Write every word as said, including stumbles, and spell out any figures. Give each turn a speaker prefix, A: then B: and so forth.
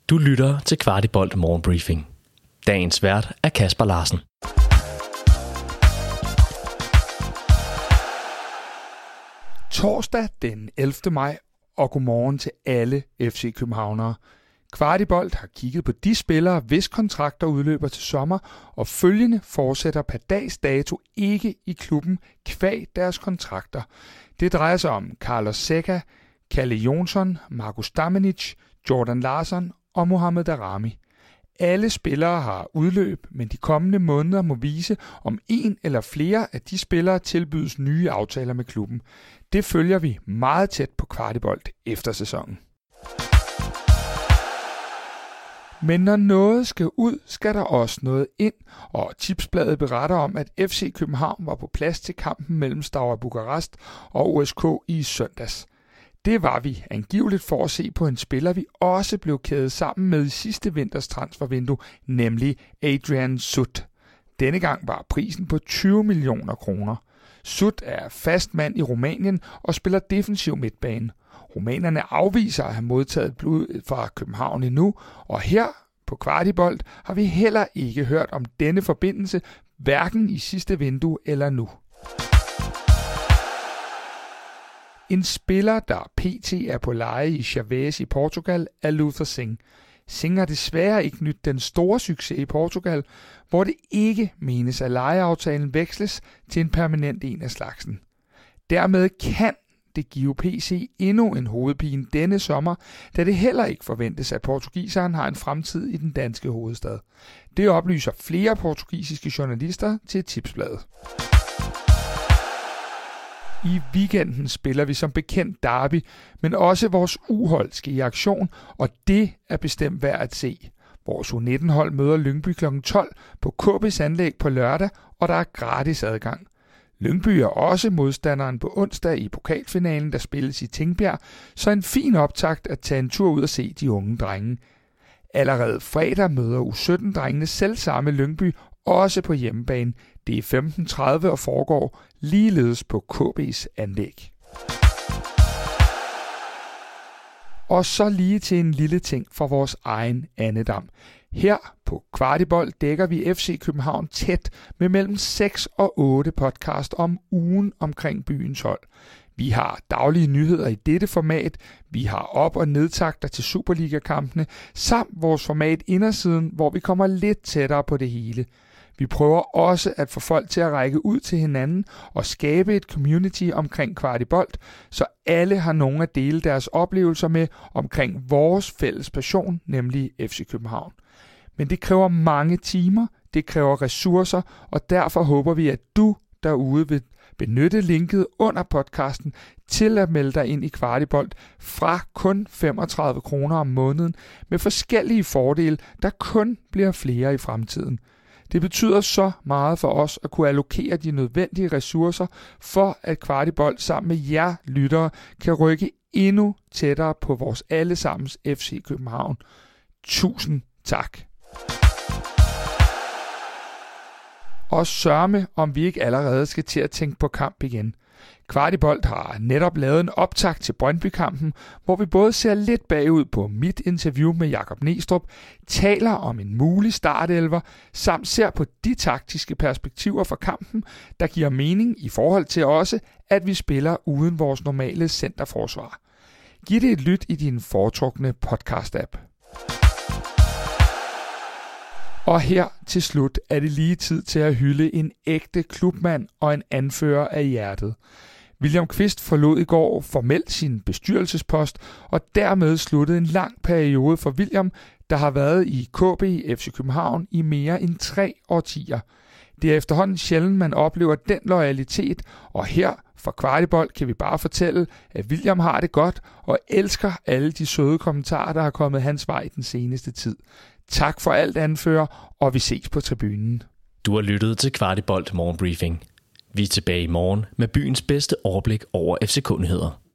A: Du lytter til Kvartibolt Morgenbriefing. Dagens vært er Kasper Larsen.
B: Torsdag den ellevte maj, og godmorgen til alle F C Københavnere. Kvartibolt har kigget på de spillere, hvis kontrakter udløber til sommer, og følgende fortsætter per dags dato ikke i klubben kvad deres kontrakter. Det drejer sig om Carlos Zeca, Kalle Jonsson, Marko Stamenic, Jordan Larsson og Mohamed Daramy. Alle spillere har udløb, men de kommende måneder må vise, om en eller flere af de spillere tilbydes nye aftaler med klubben. Det følger vi meget tæt på Kvartibolt efter sæsonen. Men når noget skal ud, skal der også noget ind, og Tipsbladet beretter om, at F C København var på plads til kampen mellem Steaua Bukarest og O S K i søndags. Det var vi angiveligt for at se på en spiller, vi også blev kædet sammen med i sidste vinters transfervindue, nemlig Adrian Sut. Denne gang var prisen på tyve millioner kroner. Sut er fast mand i Rumænien og spiller defensiv midtbane. Rumænerne afviser at have modtaget blod fra København endnu, og her på Kvartibolt har vi heller ikke hørt om denne forbindelse, hverken i sidste vindue eller nu. En spiller, der pt. Er på leje i Chaves i Portugal, er Luther Singh. Singh har desværre ikke nydt den store succes i Portugal, hvor det ikke menes, at lejeaftalen veksles til en permanent en af slagsen. Dermed kan det give P C endnu en hovedpine denne sommer, da det heller ikke forventes, at portugiseren har en fremtid i den danske hovedstad. Det oplyser flere portugisiske journalister til Tipsbladet. I weekenden spiller vi som bekendt derby, men også vores U-hold skal i aktion, og det er bestemt værd at se. Vores U nitten-hold møder Lyngby klokken tolv på K B's anlæg på lørdag, og der er gratis adgang. Lyngby er også modstanderen på onsdag i pokalfinalen, der spilles i Tingbjerg, så en fin optakt at tage en tur ud og se de unge drenge. Allerede fredag møder U sytten-drengene selvsamme Lyngby, også på hjemmebane. Det er femten tredive og foregår ligeledes på K B's anlæg. Og så lige til en lille ting fra vores egen andedam. Her på Kvartibolt dækker vi F C København tæt med mellem seks og otte podcast om ugen omkring byens hold. Vi har daglige nyheder i dette format, vi har op- og nedtakter til Superliga-kampene, samt vores format Indersiden, hvor vi kommer lidt tættere på det hele. Vi prøver også at få folk til at række ud til hinanden og skabe et community omkring Kvartibolt, så alle har nogen at dele deres oplevelser med omkring vores fælles passion, nemlig F C København. Men det kræver mange timer, det kræver ressourcer, og derfor håber vi, at du derude vil benytte linket under podcasten til at melde dig ind i Kvartibolt fra kun femogtredive kroner om måneden med forskellige fordele, der kun bliver flere i fremtiden. Det betyder så meget for os at kunne allokere de nødvendige ressourcer for, at Kvartibolt sammen med jer lyttere kan rykke endnu tættere på vores allesammens F C København. Tusind tak. Og sørme, om vi ikke allerede skal til at tænke på kamp igen. Kvartibolt har netop lavet en optakt til Brøndby-kampen, hvor vi både ser lidt bagud på mit interview med Jakob Nestrup, taler om en mulig startelver, samt ser på de taktiske perspektiver for kampen, der giver mening i forhold til også, at vi spiller uden vores normale centerforsvar. Giv det et lyt i din foretrukne podcast-app. Og her til slut er det lige tid til at hylde en ægte klubmand og en anfører af hjertet. William Kvist forlod i går formelt sin bestyrelsespost, og dermed sluttede en lang periode for William, der har været i K B F C København i mere end tre årtier. Det er efterhånden sjældent, man oplever den loyalitet, og her fra Kvartibolt kan vi bare fortælle, at William har det godt og elsker alle de søde kommentarer, der har kommet hans vej den seneste tid. Tak for alt, anfører, og vi ses på tribunen.
A: Du har lyttet til Kvartibolt Morgenbriefing. Vi er tilbage i morgen med byens bedste overblik over F C K-nyheder.